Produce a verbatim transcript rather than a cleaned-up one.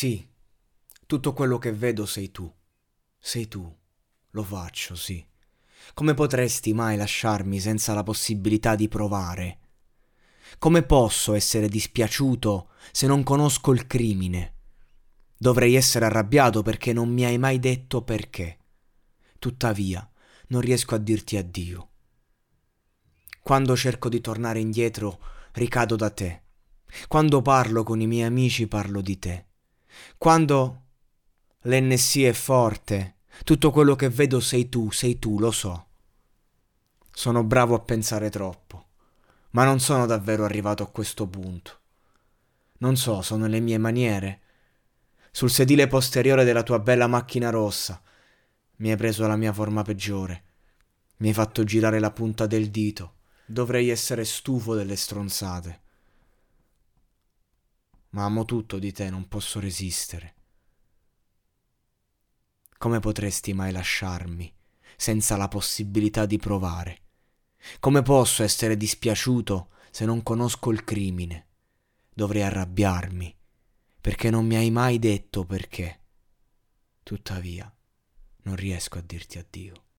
Sì, tutto quello che vedo sei tu. Sei tu. Lo faccio, sì. Come potresti mai lasciarmi senza la possibilità di provare? Come posso essere dispiaciuto se non conosco il crimine? Dovrei essere arrabbiato perché non mi hai mai detto perché. Tuttavia, non riesco a dirti addio. Quando cerco di tornare indietro, ricado da te. Quando parlo con i miei amici, parlo di te. Quando l'N S I è forte, tutto quello che vedo sei tu, sei tu, lo so. Sono bravo a pensare troppo, ma non sono davvero arrivato a questo punto. Non so, sono le mie maniere. Sul sedile posteriore della tua bella macchina rossa mi hai preso la mia forma peggiore. Mi hai fatto girare la punta del dito. Dovrei essere stufo delle stronzate. Ma amo tutto di te, non posso resistere. Come potresti mai lasciarmi senza la possibilità di provare? Come posso essere dispiaciuto se non conosco il crimine? Dovrei arrabbiarmi, perché non mi hai mai detto perché. Tuttavia, non riesco a dirti addio.